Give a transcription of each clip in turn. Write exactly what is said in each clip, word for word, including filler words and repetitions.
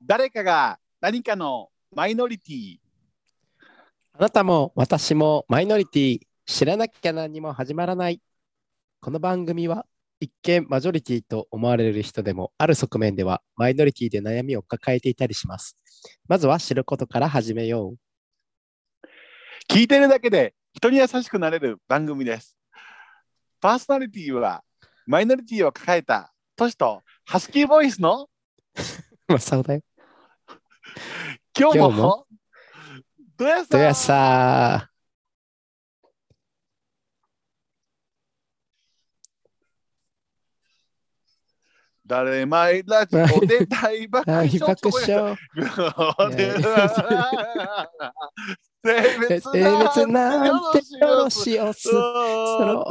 誰かが何かのマイノリティ。 あなたも私もマイノリティ。知らなきゃ何も始まらない。この番組は一見マジョリティと思われる人でもある側面ではマイノリティで悩みを抱えていたりします。まずは知ることから始めよう。 聞いてるだけで人に優しくなれる番組です。パーソナリティはマイノリティを抱えたトシとハスキーボイスのまあそうだよ。 今日も今日もどやさどやさー。 誰前ラジオで大爆大笑爆笑。 性別性別ななんてよろしおす。 もう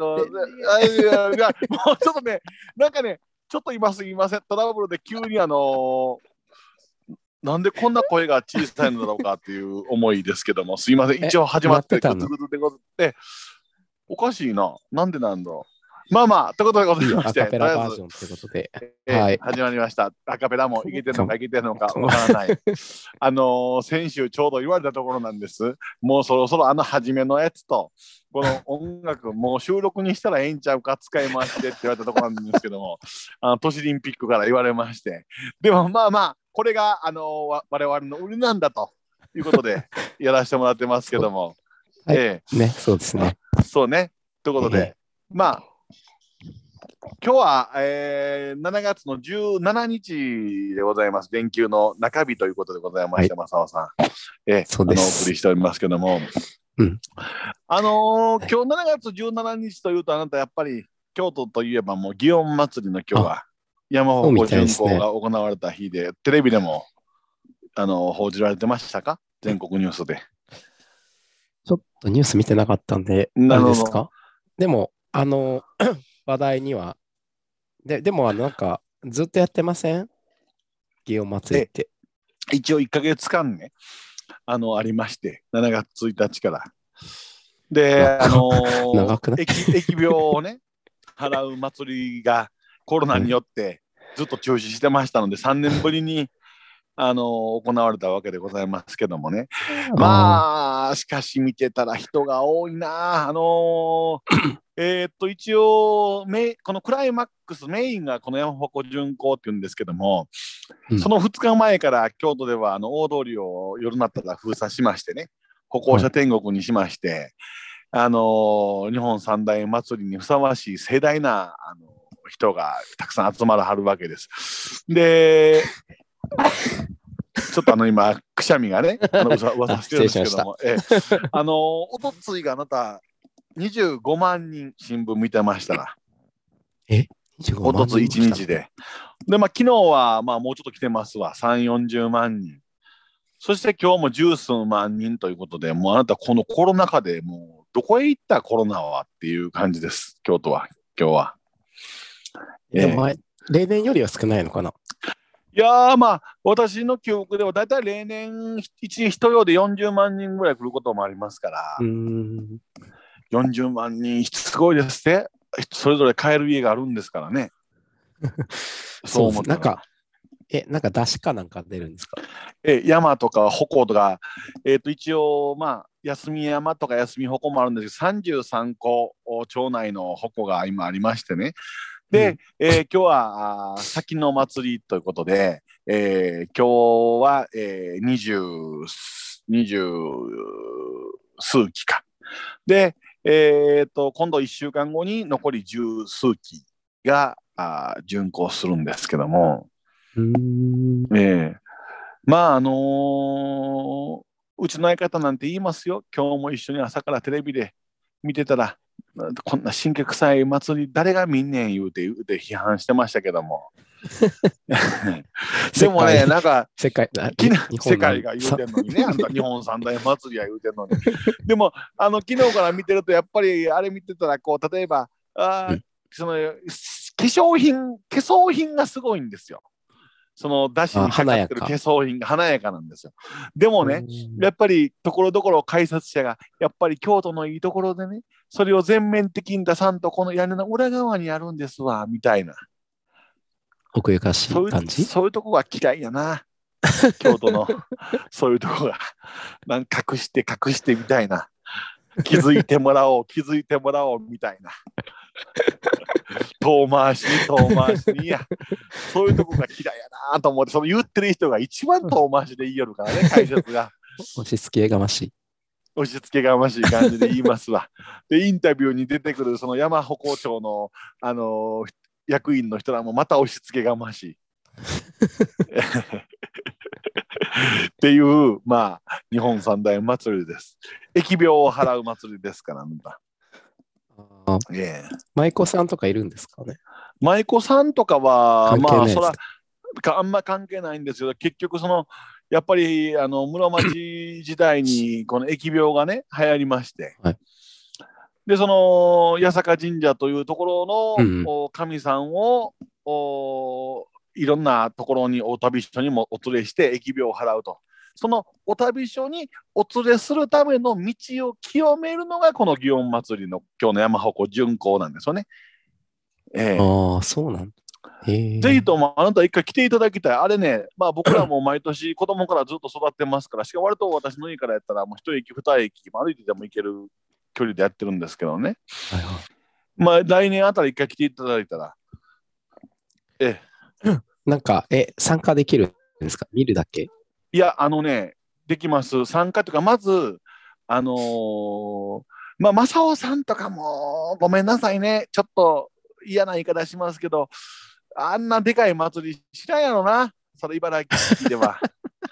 ちょっとね、なんかね、ちょっと今すいません、トラブルで急にあのー、なんでこんな声が小さいのだろうかっていう思いですけども、すいません、一応始まってグツグツでござって、おかしいな、なんでなんだろう。まあまあ、ということでございまして、 アカペラバージョンということで、 えーはい、 始まりました。アカペラもいけてるのかいけてるのかわからない。あのー、先週ちょうど言われたところなんです。もうそろそろあの初めのやつと、この音楽、もう収録にしたらええんちゃうか、使い回してって言われたところなんですけども、あの都市リンピックから言われまして、でもまあまあ、これが、あのー、我々の売りなんだということでやらせてもらってますけども。 はい、 えー、 ね、そうですね。 そうね。ということで、えー、まあ、今日は、えー、しちがつのじゅうしちにちでございます。連休の中日ということでございまして、はい、正雄さん、えー、 そうです。 あのお送りしておりますけども、 うん、 あのー、今日しちがつじゅうしちにちというと、あなたやっぱり京都といえばもう祇園祭りの今日は山鉾巡行が行われた日で、ね、テレビでも、あのー、報じられてましたか？全国ニュースで。 ちょっとニュース見てなかったんで、あれですか？でも、あの話題にはで、でもなんかずっとやってません？祇園祭りって。 一応いっかげつかんね、あの、ありまして、しちがつついたちから。で、あのー、疫, 疫病をね、払う祭りがコロナによってずっと中止してましたので、さんねんぶりに、あのー、行われたわけでございますけどもね。まあ、しかし見てたら人が多いな。あのー、えっと、一応メ、このクライマックス、メインがこの山鉾巡行っていうんですけども、うん、そのふつかまえから京都ではあの大通りを夜になったら封鎖しましてね、歩行者天国にしまして、はい、あのー、日本三大祭りにふさわしい盛大な、あのー、人がたくさん集まるはるわけです。で、ちょっとあの今、くしゃみがね、あの噂してるんですけども、えあのー、おとついがあなた、にじゅうごまんにん新聞見てましたら。 えおとついいちにちで。で、まあ、昨日は、まあ、もうちょっと来てますわ。さんじゅう、よんじゅうまんにん。そして今日も十数万人ということで、もうあなたこのコロナ禍でもうどこへ行ったコロナはっていう感じです。京都は、今日は。 でも、えー、例年よりは少ないのかな？ いやー、まあ、私の記憶ではだいたい例年一人用でよんじゅうまんにんぐらい来ることもありますから、 うーん、 よんじゅうまんにん、すごいですね。それぞれ買える家があるんですからね。 そう思ったら。なんか、え、なんか出汁かなんか出るんですか？ え、山とか鉾とか、えっと、一応、まあ、休み山とか休み鉾もあるんですけど、さんじゅうさんこ町内の鉾が今ありましてね。で、うん、えー、今日は先の祭りということで、えー、今日は、えー、20、二十数機か。で、えー、と今度いっしゅうかんごに残り十数機があ巡行するんですけども、 うーん、 えー、まああのー、うちの相方なんて言いますよ。今日も一緒に朝からテレビで見てたら、こんな神経臭い祭り誰が見んねん言うて言うて批判してましたけどもでもね、なんか世界世界が言うてんのにね、あんた日本三大祭りは言うてんのにでもあの昨日から見てるとやっぱりあれ見てたらこう例えばあ、うん、その化粧品化粧品がすごいんですよ。その出汁にかかってる化粧品が華やかなんですよ。でもね、やっぱりところどころ解説者がやっぱり京都のいいところでね、それを全面的に出さんとこの屋根の裏側にあるんですわみたいな奥ゆかしい感じ。 そういう、そういうとこが嫌いやな。 京都のそういうとこがなんか隠して隠してみたいな、気づいてもらおう気づいてもらおうみたいな、遠回しに遠回しに、いやそういうとこが嫌いやなと思って、その言ってる人が一番遠回しで言いよるからね、解説が押し付けがましい押し付けがましい感じで言いますわ。でインタビューに出てくるその山鉾町の、あのー、役員の人らもまた押し付けがましいっていう、まあ日本三大祭りです。疫病を払う祭りですからなんだ。 あ、えー、舞妓さんとかいるんですかね。 舞妓さんとかはまあそらかあんま関係ないんですけど、結局そのやっぱりあの室町時代にこの疫病がね流行りまして、はい、でその八坂神社というところの神さんを、うん、いろんなところにお旅所にもお連れして疫病を払うと、そのお旅所にお連れするための道を清めるのがこの祇園祭の今日の山鉾巡行なんですよね。 えー、ああそうなんだ。 ぜひともあなた一回来ていただきたい。あれね、まあ僕らも毎年子供からずっと育ってますから、しかも割と私の家からやったらもう一駅二駅歩いてでも行ける距離でやってるんですけどね。はいはい、まあ来年あたり一回来ていただいたら、 ええ、なんかえ参加できるんですか？見るだけ？ いやあのねできます。参加というかまずあのー、まあ正雄さんとかもごめんなさいね、ちょっと嫌な言い方しますけど。あんなでかい祭り知らんやろな、それ茨城では。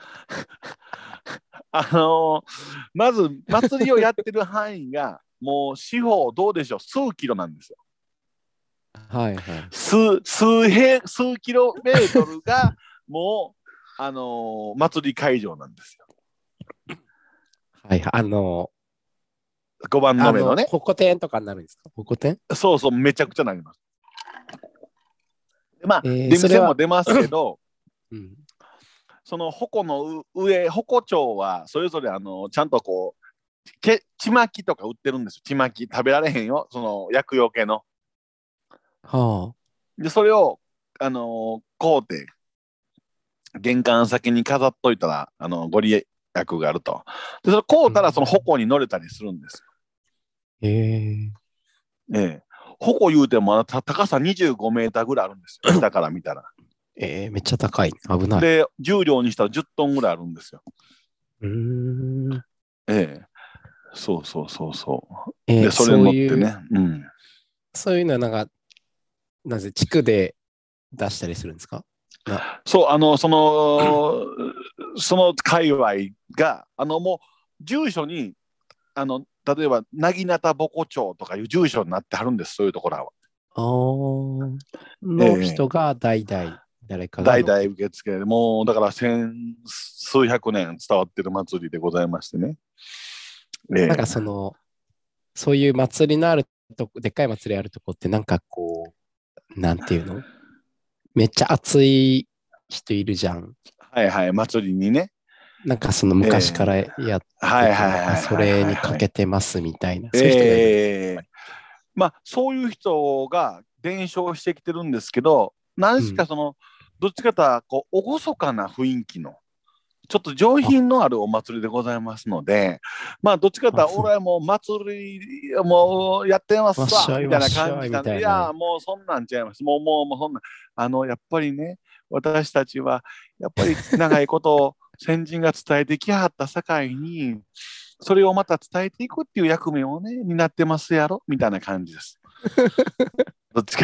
あのー、まず祭りをやってる範囲がもう四方どうでしょう、数キロなんですよ。 はいはい。 数数平数キロメートルがもうあのー、祭り会場なんですよ。 はいあのー、ごばんの目のね。 ホコ天とかになるんですか？ホコ天？ そうそう、めちゃくちゃなります。まあ、えー、出店も出ますけど、うん、その鉾の上、鉾町はそれぞれあのちゃんとこうけちまきとか売ってるんですよ。ちまき食べられへんよ、その厄除けの。はあ、でそれをあの買うて玄関先に飾っといたらあのご利益があると。でそれ買うたらその鉾に乗れたりするんですよ。へ、えー、ええ。鉾言うても高さにじゅうごメーターぐらいあるんですよ、下から見たら。 えー、めっちゃ高い、危ない。 で重量にしたらじゅっトンぐらいあるんですよ。うーん、ええ、そうそうそうそう。えー、でそれに乗ってね、 そういう、うん、そういうのはなんかなぜ地区で出したりするんですか？ そう、あのそのその界隈があのもう住所にあの例えば薙刀鉾町とかいう住所になってはるんです、そういうところは。 あの人が代々誰かが代々受け付けでもうだから千数百年伝わってる祭りでございましてね。 えー、なんかそのそういう祭りのあるとこ、でっかい祭りあるとこってなんかこうなんていうの、めっちゃ熱い人いるじゃん。 はいはい、祭りにね。 なんかその昔からやってて、それにかけてますみたいな、そういう人がいる。 えー、まあそういう人が伝承してきてるんですけど、何しかその、うん、どっちかというとこう厳かな雰囲気のちょっと上品のあるお祭りでございますので、まあどっちかというと俺はもう祭りもうやってますわみたいな感じなんで、いやもうそんなんちゃいます、もうもうもうそんな、あのやっぱりね、私たちはやっぱり長いこと先人が伝えてきはった境にそれをまた伝えていくっていう役目をね担ってますやろみたいな感じです。どっちか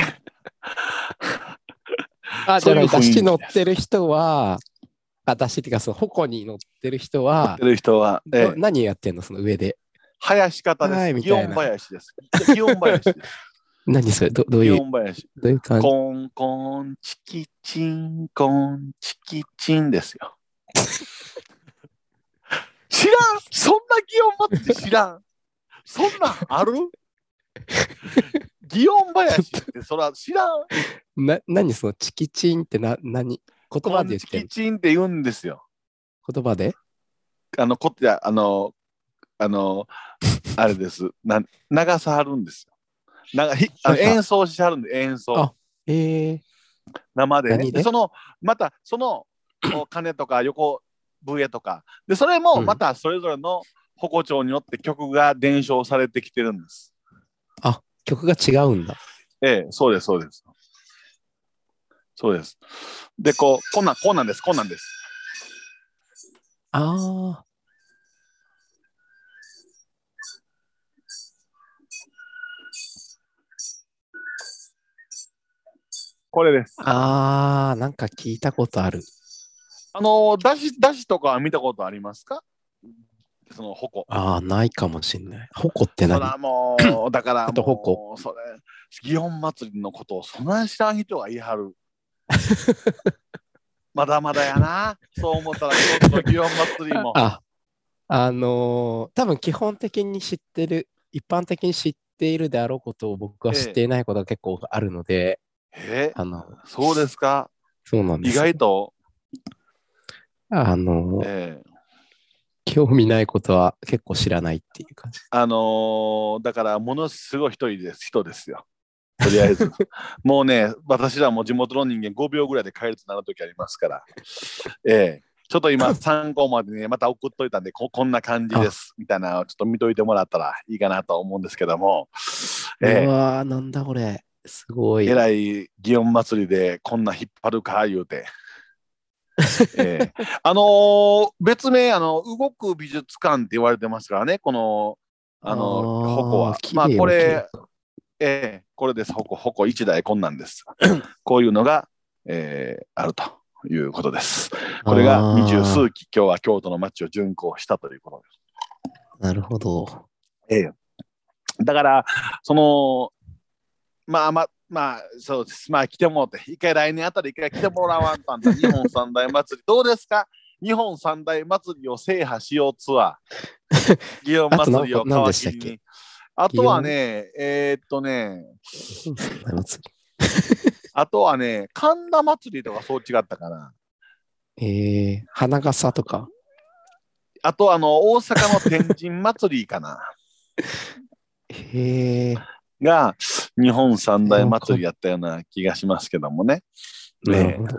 あ、じゃあ出汁乗ってる人は、あ、出汁っていうかその鉾に乗ってる人は、 乗ってる人は、 ええ、何やってんのその上で。 林方です。祇園林です。祇園林です。 何それ、どどういう。 祇園林。 どういう感じ。 コンコンチキチンコンチキチンですよ。知らん、そんな祇園祭り知らん。そんなんある？祇園林ってそら知らん。 な、何そのチキチンってな、何言葉で言ってる？チキチンって言うんですよ。 言葉で？ あの、こってあの、あの、あれです。な長さあるんですよ。なんかひあの演奏しはるんで、演奏。 あ、えー、 生でね。で、その、また、その、 鐘とか横笛とかで、それもまたそれぞれの鉾町によって曲が伝承されてきてるんです。 うん、あ、曲が違うんだ。 ええ、そうですそうです。そうです。で、こうこんなんこんなんですこんなんです。 ああ。 これです。 ああ、なんか聞いたことある。 あのだしだしとかは見たことありますか？その鉾。 ああ、ないかもしんない。鉾って何？ そらもうだからあと鉾。 もうそれ祇園祭りのことをそんなに知らん人が言いはる。まだまだやな。そう思ったら京都の祇園祭りも。 あ、あのー多分基本的に知ってる、一般的に知っているであろうことを僕は知っていないことが結構あるので、 ええ、 あの、 そうですか。意そうなんですよ。 外と、 あのーええ、 興味ないことは結構知らないっていう感じ。 あのーだからものすごい人です人ですよ。とりあえず。もうね、私らも地元の人間ごびょうぐらいで帰るとなるときありますから。ええ、ちょっと今参考までね、また送っといたんで、こ、こんな感じですみたいなのをちょっと見といてもらったらいいかなと思うんですけども、 うえわー、なんだこれ。すごえ、えい。 らい祇園祭りでこんな引っ張るか言うて。ええ、あのー別名あの動く美術館って言われてますからね、このあの鉾ああ、 は。まあ綺麗な綺麗これ、ええ、これです、鉾、鉾一台こんなんです。こういうのが、えーあるということです。これが二十数あ期、今日は京都の街を巡行したということです。 あ、なるほど。 ええ、だから、その、まあまあ、まあ、そうです。まあ、来てもらって、一回来年あたり一回来てもらわんとあんた、日本三大祭り、どうですか？日本三大祭りを制覇しようツアー。祇園あと何個、 祭りを何でしたっけ？ 皮切りに。あと祇園、 はね、えーっとね、 日本三大祭あとはね、神田祭りとかそう違ったかな。 り。えー、花笠とか。 あと、あの、大阪の天神祭りかな。 へえ、 が、日本三大えー、わかん祭りやったような気がしますけどもね。ねえ。 なるほど。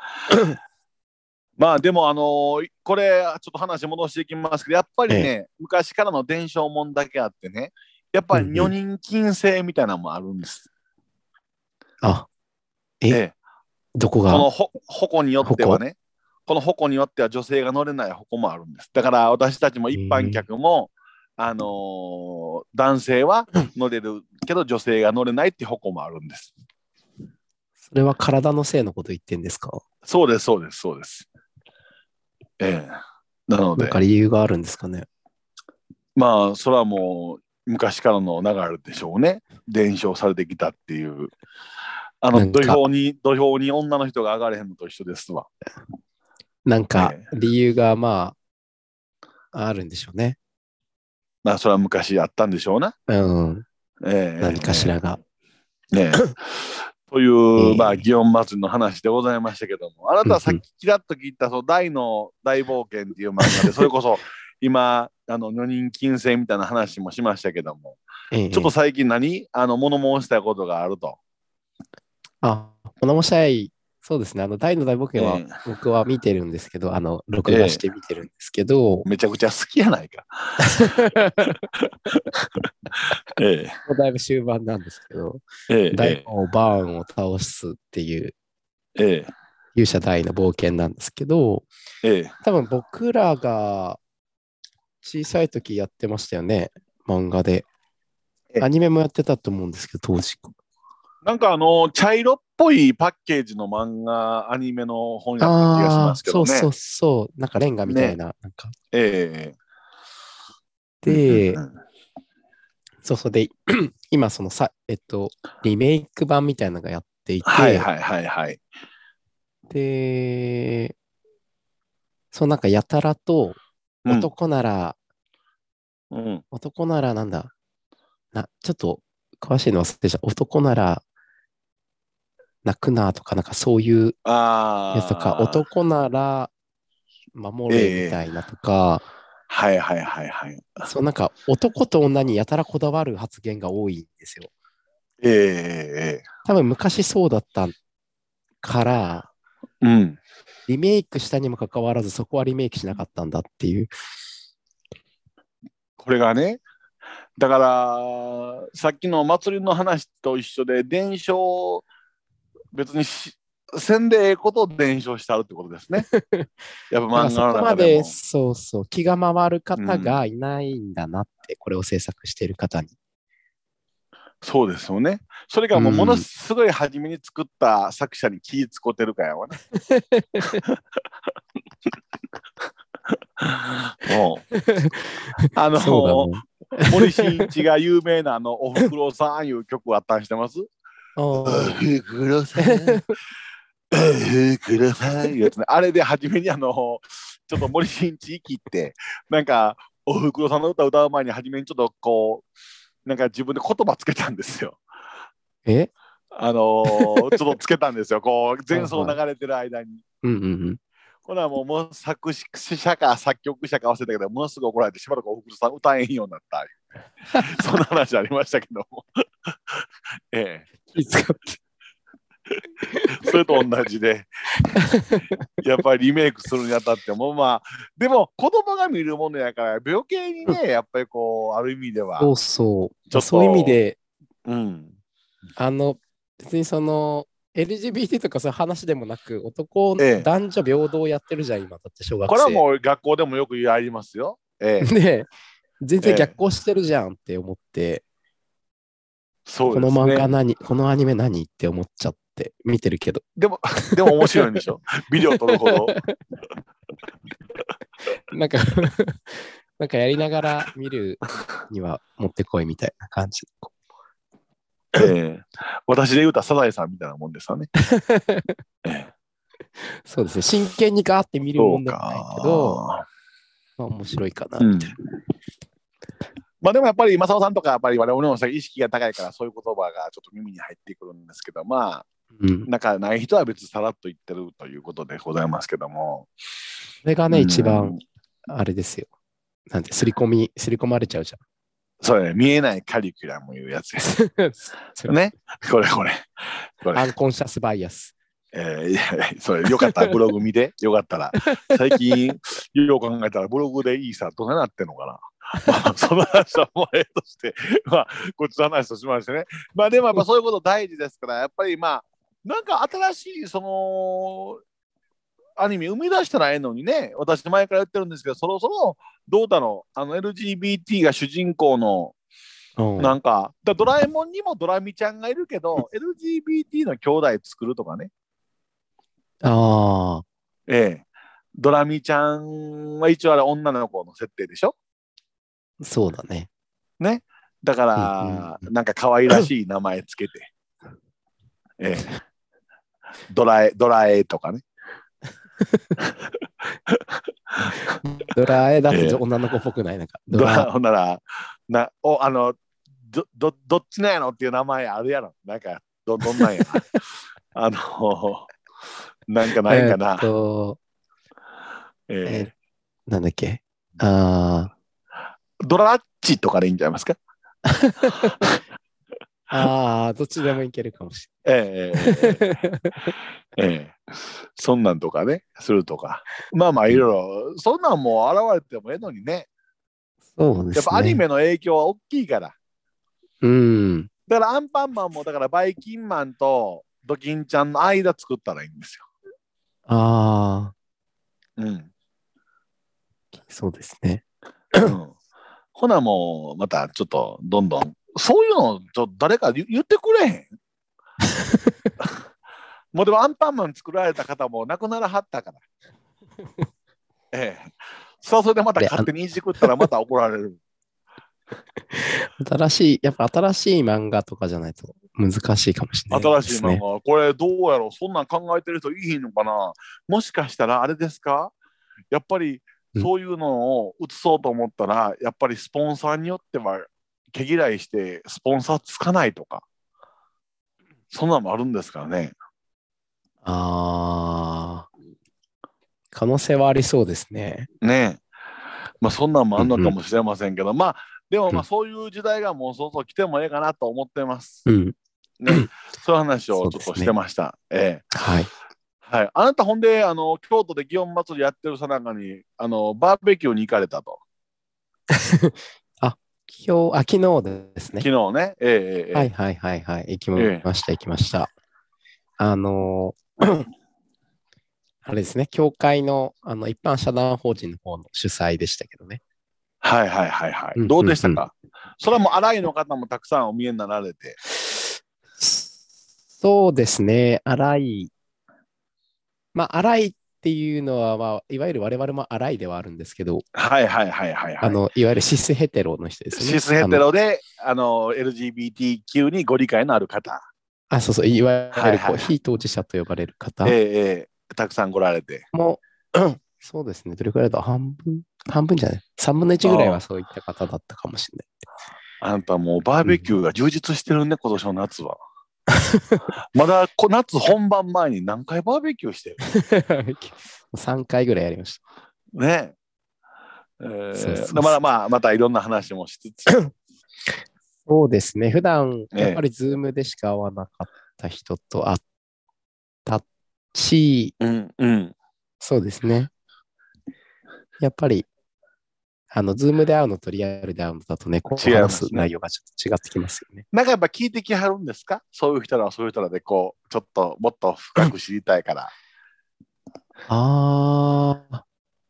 まあでもあのーこれちょっと話戻していきますけど、やっぱええ、 りね、昔からの伝承もんだけあってね、やっぱり女うんうん。 人禁制みたいなのもあるんです。 あ、え、 ええ、 どこが？ このほ鉾によっては鉾？ ね、この鉾によっては女性が乗れない鉾もあるんです。だから私たちもえ一般ー、 客も、あのー男性は乗れるけど女性が乗れないっていう鉾もあるんです。 それは体のせいのこと言ってんですか？ そうです、そうです、そうです。ええ、なのなんかで、 理由があるんですかね？ まあ、それはもう昔からの流れでしょうね。伝承されてきたっていう。あの土なんか、 俵に、土俵に女の人が上がれへんのと一緒ですわ。 なんかええ、 理由がまあ、あるんでしょうね。 まあ、それは昔あったんでしょうな。 うん、何かしえらが。 え、ねえ。という、まあ、 ええ、 祇園祭りの話でございましたけども、あなたはさっうんうん。 きちらっと聞いた、その大の大冒険っていう漫画で、それこそ今、あの女人禁制みたいな話もしましたけども、 ええ、 ちょっと最近何あの物申したいことがあると。 あ、物申したい、そうですね。あの、大の大冒険はえ僕は見てるんですけど、あの、録画しえ、えて見てるんですけど、 え、めちゃくちゃ好きやないか。ええ、 もうだいぶ終盤なんですけど、 ええ、 大魔王バーンを倒すっていうええ、 勇者大の冒険なんですけど、 ええ、 多分僕らが小さい時やってましたよね、漫画で。 ええ、 アニメもやってたと思うんですけど、当時。 なんかあの、茶色っぽいパッケージの漫画、アニメの本やった気がしまああ、 すけどね。 そうそうそう、なんかレンガみたいね。 な、なんか。 ええ、うんうんで、 うん。 そうそうで、今そのさ、えっと、リメイク版みたいなのがやっていて、 はいはいはいはい。 で、そうなんかやたらとうん、 男なら、 うん。 男ならなんだ、な、ちょっと詳しいの忘れちゃう。男なら泣くなとか、なんかそういうやつとか、 ああ、 男ならえ守れみたえ、 いなとか、 はいはいはいはい。 そうなんか男と女にやたらこだわる発言が多いんですよ。 ええ、ええ、 多分昔そうだったから、 うん。 リメイクしたにもかかわらずそこはリメイクしなかったんだっていう。 これがね、だからさっきの祭りの話と一緒で伝承別にしせんでええことを伝承してあるってことですね。やっぱ漫画の中でも。 そこまでそうそう気が回る方がいないんだなって、うん、これを制作している方に。 そうですよね。それがもうものすごい初めに作った作者に気使ってるかやわね。もうあの森進一が有名なあのおふくろさんいう曲あったんしてます？おふくろさんおふくろさんいうやつね。あれで初めにあのちょっと森進一生きってなんかおふくろさんの歌歌う前に初めにちょっとこうなんか自分で言葉つけたんですよ。 えあのー、ちょっとつけたんですよ。こう前奏流れてる間に。 うんうんうん。 ほなもうもう作詞者か作曲者か忘れたけどものすごい怒られてしばらくおふくろさん歌えんようになったそんな話ありましたけどもええ、それと同じでやっぱりリメイクするにあたってもまあでも子供が見るものやから余計にね、うん、やっぱりこうある意味ではそうそうちょっとそういう意味で、 うん、 あの別にそのエルジービーティー とかそういう話でもなく男、ええ、男女平等やってるじゃん今だって小学生。 これはもう学校でもよくやりますよ。ええ、 で全然逆行してるじゃんって思って、ええ、そうですね、この漫画何このアニメ何って思っちゃって見てるけどでもでも面白いんでしょビデオ撮るほどなんかなんかやりながら見るにはもってこいみたいな感じ。 ええ、私で言うたらサザエさんみたいなもんですよね。ええ、 そうですね。真剣にガーって見るもんでもないけど、まあ面白いかなみたいな。うん、 まあでもやっぱり正雄さんとかやっぱり我々の意識が高いからそういう言葉がちょっと耳に入ってくるんですけど、まあ、うん、仲ない人は別にさらっと言ってるということでございますけども。 それがね、うん、一番あれですよ。なんて、すり込み、すり込まれちゃうじゃん。 それ、ね、見えないカリキュラムいうやつですね。これこれ。 これアンコンシャスバイアス。 えー、いやそれよかったらブログ見てよかったら最近よう考えたらブログでいいさどうなってんのかなまあその話はもうええとしてまあこっちの話としましてね、まあでもやっぱそういうこと大事ですからやっぱりまあなんか新しいそのアニメ生み出したらええのにね。私前から言ってるんですけどそろそろどうだろうあの エルジービーティー が主人公のなんかだドラえもんにもドラミちゃんがいるけど エルジービーティー の兄弟作るとかね。 ああ。 ええ。ドラミちゃんは一応あれ女の子の設定でしょ。 そうだね。 ね。だから、うんうん、なんか可愛らしい名前つけて。ええ。ドラえ、ドラえとかね。 ドラえだって女の子っぽくない、なんか。 ドラほんなら、な、お、あの、ど、ど、どっちなんやろっていう名前あるやろ。なんか、ど、どんなんや。あの、なんかないかな。えっと、 えー、なんだっけ。ああ。ドラッチとかでいいんじゃないですか。 ああ、どっちでもいけるかもしれない。えええええ、そんなんとかね、するとか。まあまあいろいろ、うん、そんなんもう現れてもええのにね。 そうですね。 やっぱアニメの影響は大きいから。 うん。 だからアンパンマンもだからバイキンマンとドキンちゃんの間作ったらいいんですよ。 ああ。 うん。 そうですね。 うん、ほなもうまたちょっとどんどんそういうのちょ誰か言ってくれへんもうでもアンパンマン作られた方も亡くならはったからええ、そうそれでまた勝手にいじくったらまた怒られる新しいやっぱ新しい漫画とかじゃないと難しいかもしれないですね。 新しい漫画これどうやろうそんなん考えてる人いいのかな。もしかしたらあれですかやっぱりそういうのを移そうと思ったら、やっぱりスポンサーによっては毛嫌いしてスポンサーつかないとか、そんなのもあるんですからね。 ああ、可能性はありそうですね。 ねえ。まあそんなんもあるのかもしれませんけど、うんうん、まあでもまあそういう時代がもうそろそろ来てもええかなと思ってます。 うん。 ね、そういう話をちょっとしてました。ね、ええ。 はい。 はい。あなたほんで、あの、京都で祇園祭やってるさなかに、あの、バーベキューに行かれたと。 あ、今日、あ、昨日ですね。 昨日ね。ええはいはいはいはい。行きええええ。 ました、行きました。あのーあれですね、教会の、あの一般社団法人の方の主催でしたけどね。 はいはいはいはい。 うんどううんうん。 でしたか？それはもう新井の方もたくさんお見えになられて。 そうですね、荒い。まあ、荒いっていうのは、まあ、いわゆる我々も荒いではあるんですけど、 はいはいはいはいはい。 あの、いわゆるシスヘテロの人ですね。 シスヘあの、 テロで、あの、エルジービーティーキュー にご理解のある方。 あ、そうそう、いわゆるこうはいはいはい。 非当事者と呼ばれるええ方ええ、たくさん来られて。 も、うんそうですね、どれくらいだ半分、半分じゃない、さんぶんのいちぐらいはあそういった方だったかもしれあ、あんたもうバーない。うん、 ベキューが充実してるね、今年の夏は。まだこ夏本番前に何回バーベキューしてるさんかいぐらいやりました。 ね。えそうー、 そうそう。 でまだまあ、またいろんな話もしつつ。 そうですね、普段ええ、 やっぱりズームでしか会わなかった人と会ったし、 うん、うん。 そうですね。やっぱり、あの、ズームで会うのとリアルで会うのだとね、こう違い話すますね。 内容がちょっと違ってきますよね。 なんかやっぱ聞いてきはるんですか？そういう人らはそういう人らで、こう、ちょっともっと深く知りたいから。 ああ、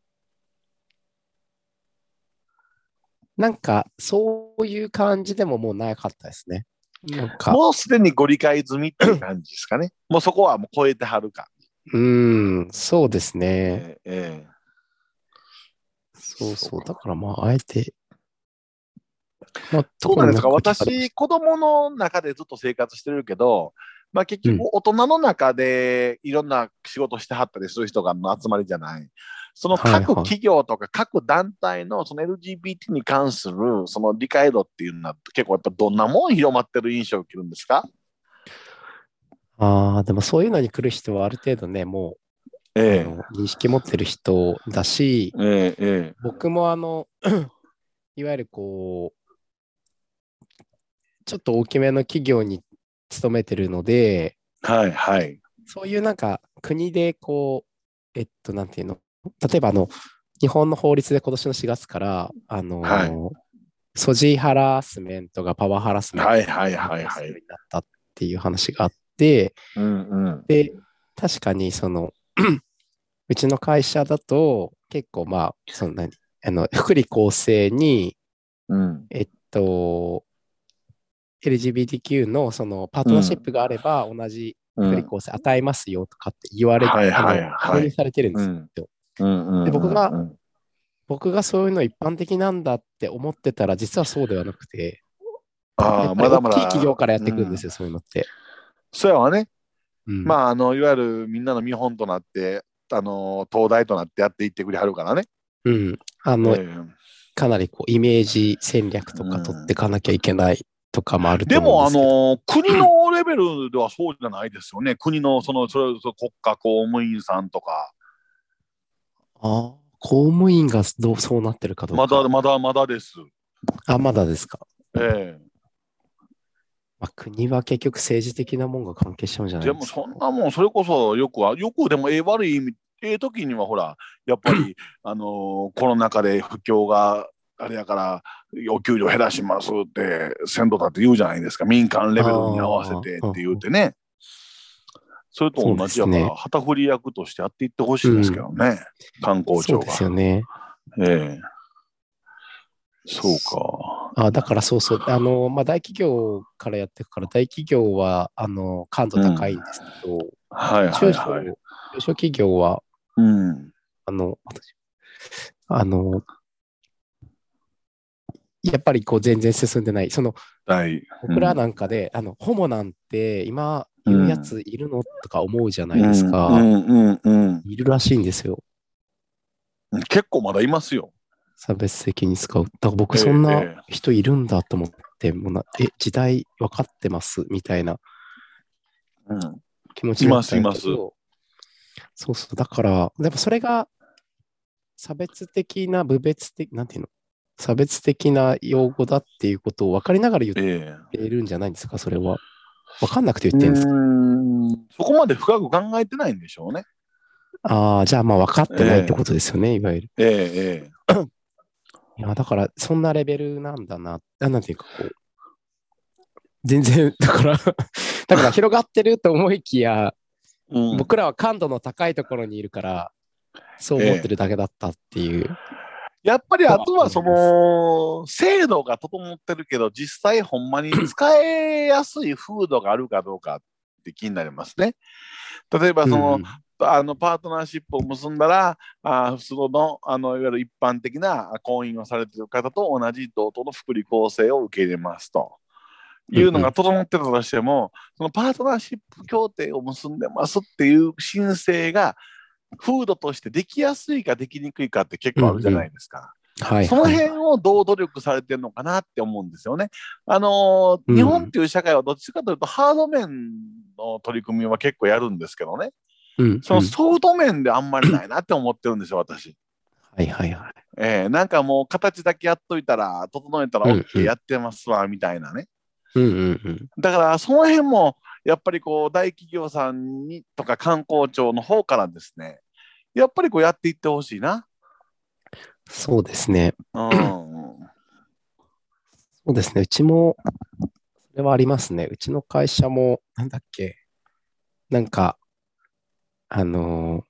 なんか、そういう感じでももうなかったですね。なんか、 もうすでにご理解済みっていう感じですかね。もうそこはもう超えてはるか。 うーん、そうですね。 ええええ、 そうそう。 そうか。 だからまあ、あえて、まあ、特そうなんですか。 になんか聞かれま私、 し子供の中でずっと生活してるけど、まあ結た。うん。 局大人の中でいろんな仕事してはったりする人がの集まりじゃない。その各はいはい。 企業とか各団体のその エルジービーティー に関するその理解度っていうのは結構やっぱどんなもん広まってる印象を受けるんですか？ ああ、でもそういうのに来る人はある程度ね、もう、あえの、認識持ってる人だし、 え、ええ、ええ。 僕もあの、いわゆるこう、ちょっと大きめの企業に勤めてるので、 はいはい。 そういうなんか国でこう、えっと、なんていうの、例えばあの、日本の法律で今年のしがつから、あはい。 の、ソジハラスメントがパワーハラスメントはいはいに認はいはい。 定するようになったっていう話があって、 うんうん。 で、確かにその、うちの会社だと結構まあ、その何、あの、福利厚生に、 うん。 えっと、エルジービーティーキュー のそのパートナーシッうん。 プがあれば同じうん。 福利厚生与えますよとかって言われ、 はいはいあの、導はい。 入されてるんですうん。 よ。 うんうで、僕が、 んうんうん。 僕がそういうの一般的なんだって思ってたら、実はそうではなくて、やああ、 っぱり大まだまきい企業だ、 からやっうん。 ていくんですよ、そういうのって。 そうやわね。 うん。 まあ、あの、いわゆるみんなの見本となって、あの、東大となってやっていってくれはるからね。 うん。あえの、 え、 かなりこう、イメージ戦略とうか取っていん。 かなきゃいけないとかもあると思うんでも、あですけど。 の、国のレベルではそうじゃないですよね。国の、その、それ、そ国家公務員さんとか、 ああ、公務員がどうそうなってるかどうまだ、 か。 まだ、まだです。 あ、まだですか。 ええ。 まあ、国は結局政治的なもんが関係しちゃうんじゃなでも、 いですか。 そんなもん、それこそよくは、よくでも、ええ悪い意味、ええ時には、ほら、やっぱり、あのーコロナ禍で不況が、あれやから、お給料減らしますって、先導だって言うじゃないですか。民間レベルに合わせああ、 てってうんうん言うてね。それとそうで同じやから、 すね。 旗振り役としてやっていってほしいですけうん。 どね。観光そうで庁が。 すよね。 ええ、そうか。 あ、だからそうそう。あの、まあ、大企業からやっていくから、大企業は、あの、感度うん。 高いんですけど、 はいは中小、 いはい。 中小企業は、 うん。 あの、私あの、やっぱりこう全然進んでない。その、 大。う僕らん。 なんかで、あの、ホモなんて今言うやうん。 ついるのとか思うじゃないですうん。うか。 ん。うん。うん。 いるらしいんですよ。 結構まだいますよ。 差別的に使う。だから僕えそんなえ、え人いるんだと思って、もうなえ、時代分かってますみたいなえ。うん。 気持います、 ちだったんやいます。 けど、そうそう。だから、でもそれが差別的な、部別的、なんていうの、差別的な用語だっていうことを分かりながら言っええ。 ているんじゃないんですか、それは。 分かんなくて言ってるんですか？ うーん、そこまで深く考えてないんでしょうね。 ああ、じゃあまあ分かってないってことですよね、えー、いわゆる。 ええええ。 いや、だからそんなレベルなんだな。なんていうかこう、全然、だからだから広がってると思いきや、うん、僕らは感度の高いところにいるから、そう思ってるだけだったっていう。ええ、 やっぱりあとはその制度が整ってるけど実際ほんまに使えやすい風土があるかどうかって気になりますね。例えばその、うん、あのパートナーシップを結んだらあ普通の、あのいわゆる一般的な婚姻をされている方と同じ同等の福利厚生を受け入れますというのが整ってたとしても、そのパートナーシップ協定を結んでますっていう申請が風土としてできやすいかできにくいかって結構あるじゃないですか。うんうん、はいはい、その辺をどう努力されてるのかなって思うんですよね。あのー、日本っていう社会はどっちかというとハード面の取り組みは結構やるんですけどね。うんうん、そのソフト面であんまりないなって思ってるんですよ、私。 はいはいはい。 えー、なんかもう形だけやっといたら、整えたら OK やってますわ、みたいなね。 うんうんうん、 だからその辺もやっぱりこう大企業さんにとか観光庁の方からですね、やっぱりこうやっていってほしいな。 そうですね。 うん、 そうですね。うちもそれはありますね。うちの会社もなんだっけ、なんかあの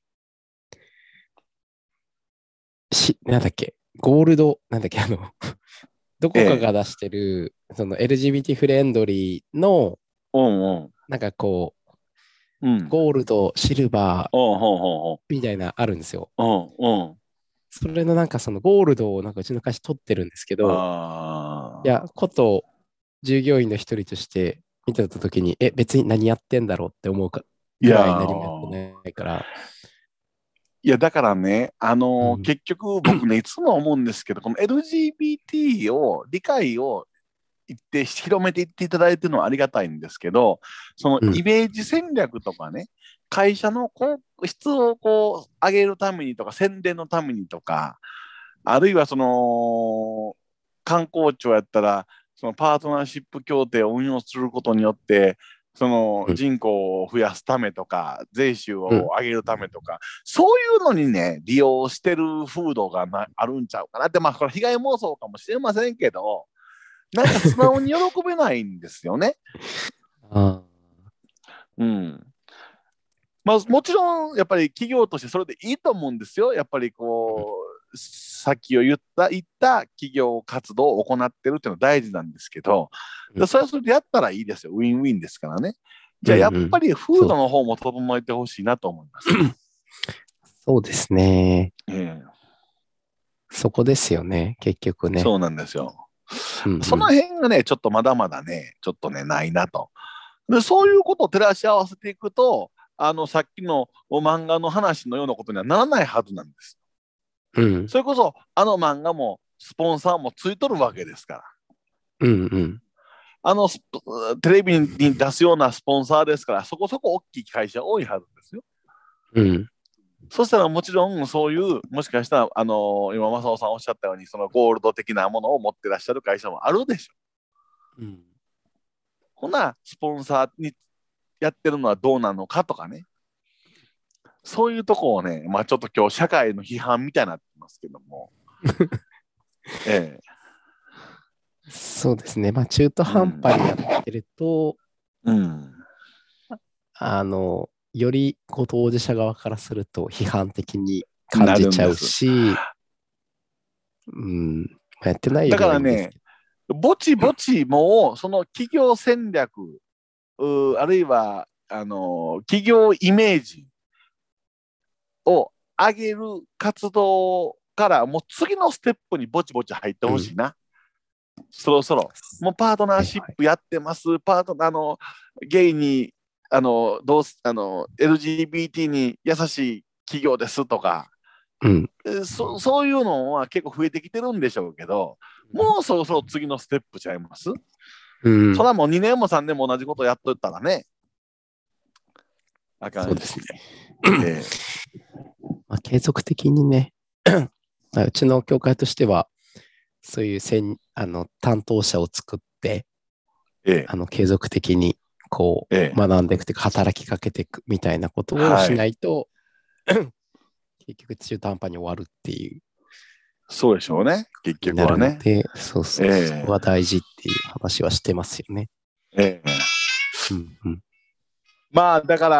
ー、しなんだっけ、ゴールドなんだっけ、あのどこかが出してる、ええ、その エルジービーティー フレンドリーの、 うんうん、 なんかこう、うん、ゴールド、シルバーみたいなあるんですよ。 うんうん、 それのなんかそのゴールドをなんかうちの会社取ってるんですけど、いや、こと従業員の一人として見てたときに、え、別に何やってんだろうって思うかぐらい何もやってないから。 いや、だからね、あのーうん、結局僕ね、いつも思うんですけど、この エルジービーティー を、理解を言って広めていっていただいてるのはありがたいんですけど、そのイメージ戦略とかね、うん、会社のこう質をこう上げるためにとか、宣伝のためにとか、あるいはその観光庁やったら、そのパートナーシップ協定を運用することによって、その人口を増やすためとか、税収を上げるためとか、うん、そういうのにね、利用してる風土がなあるんちゃうかなって、まあ、これ被害妄想かもしれませんけど、なんか素直に喜べないんですよね。 あうん。まあ、もちろん、やっぱり企業としてそれでいいと思うんですよ。やっぱりこう、さっきを言った、言った企業活動を行ってるっていうのは大事なんですけど、それはそれでやったらいいですよ。ウィンウィンですからね。じゃあ、やっぱり風土の方も整えてほしいなと思います。 そう、そうですね。 えー、 そこですよね、結局ね。 そうなんですよ。うんうん、その辺がね、ちょっとまだまだね、ちょっとね、ないなと。でそういうことを照らし合わせていくと、あのさっきの漫画の話のようなことにはならないはずなんです。うん、それこそあの漫画もスポンサーもついとるわけですから。 うんうん、 あのテレビに出すようなスポンサーですから、そこそこ大きい会社多いはずですよ。うん、そしたらもちろんそういうもしかしたらあの今正雄さんおっしゃったようにそのゴールド的なものを持ってらっしゃる会社もあるでしょう。うん、ほなスポンサーにやってるのはどうなのかとかね、そういうとこをね、まあちょっと今日社会の批判みたいになってますけども。 ええ、そうですね。まあ中途半端にやってると、うん、あの、よりこう当事者側からすると批判的に感じちゃうし、うん、やってないよりはいいんですけど。 だからね、ぼちぼちもうその企業戦略、あるいはあの企業イメージを上げる活動からもう次のステップにぼちぼち入ってほしいな、うん、そろそろもうパートナーシップやってます、はいはい、パートナーのゲイにあのどうあの エルジービーティー に優しい企業ですとか、うん、そ, そういうのは結構増えてきてるんでしょうけど、もうそろそろ次のステップちゃいます、うん、それはもうにねんもさんねんも同じことやっとったらねあかんし。 そうですね、えーまあ、継続的にねうちの協会としてはそういうせんあの担当者を作って、ええ、あの継続的にこう、ええ、学んでいくというか働きかけていくみたいなことをしないと、はい、結局中途半端に終わるっていう。 そうでしょうね、結局はね。 で、そうそう、ええ、そこが大事っていう話はしてますよね。ええ。 うんうん、まあ、だから、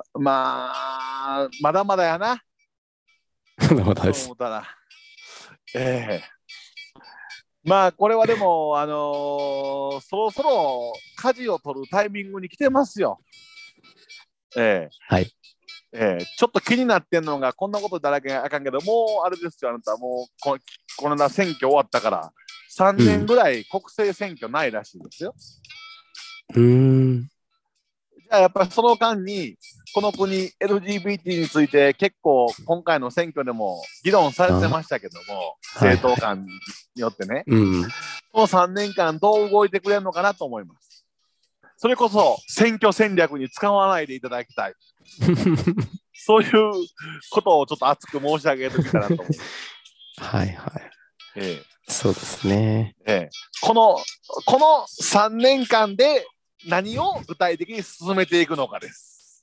まあ、まだまだやな。 まだまだです。 そう思ったら。ええ。まあ、これはでも、あのー、そろそろ舵を取るタイミングに来てますよ。ええ。 はい。 えー、ちょっと気になってんのが、こんなことだらけあかんけど、もうあれですよ、あなた、もうここの間選挙終わったから、さんねんぐらい国政選挙ないらしいですよ。 うーん。 じゃあ、やっぱりその間に、この国、エルジービーティー について結構、今回の選挙でも議論されてましたけども、政党間によってね、はいはい、うん、このさんねんかん、どう動いてくれるのかなと思います。それこそ、選挙戦略に使わないでいただきたい。そういうことをちょっと熱く申し上げてみたらと思います。 はいはい。 ええ、 そうですね。 ええ、この、このさんねんかんで何を具体的に進めていくのかです。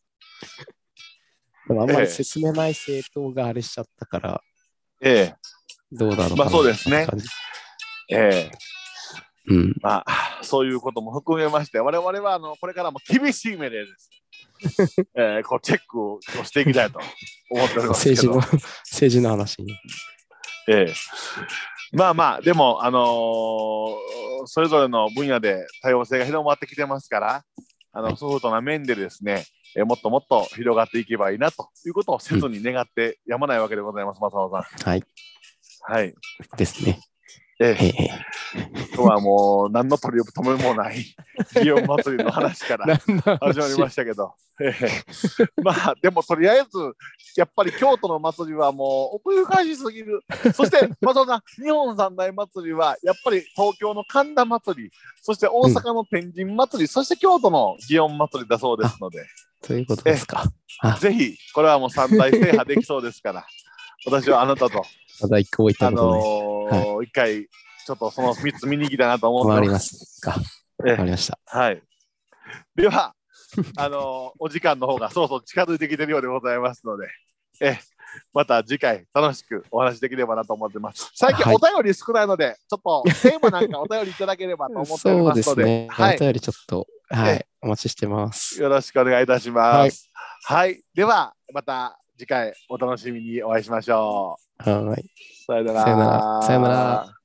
でもあんまり進めない政党があれしちゃったから、 ええ、 どうなのかな。 まあそうですね。ええ。 うん、 まあ、そういうことも含めまして、我々はあのこれからも厳しい目でです、えー、こうチェックをしていきたいと思っておりますけど。 政治の政治の話に。 ええ、まあまあ、でも、あのー、それぞれの分野で多様性が広まってきてますから、あの、はい、ソフトな面でですね、えー、もっともっと広がっていけばいいなということを切に願ってやまないわけでございます、正野さん。 はい。 はい。 ですね。 ええ、今日はもう何の取り留めもない祇園祭りの話から始まりましたけど、ええ、まあでもとりあえずやっぱり京都の祭りはもう奥ゆかしすぎる。そしてまあそんな日本三大祭りはやっぱり東京の神田祭り、そして大阪の天神祭り、うん、そして京都の祇園祭りだそうですので、 ということですか。 ぜひこれはもう三大制覇できそうですから、私はあなたとまだ一個置いたことない。 あのーはい、一回ちょっとそのみっつ見に来たなと思ってます。 わかりますか。わかりました。 はい。では、あのー、お時間の方がそろそろ近づいてきているようでございますので、えまた次回楽しくお話しできればなと思ってます。最近お便り少ないので、はい、ちょっとテーマなんかお便りいただければと思っておりますので、そうですね。 はい、お便りちょっと、はい、お待ちしてます。 よろしくお願いいたします。はい。はい、では、また次回お楽しみにお会いしましょう。 はい。 さよなら。 さよなら。さよなら。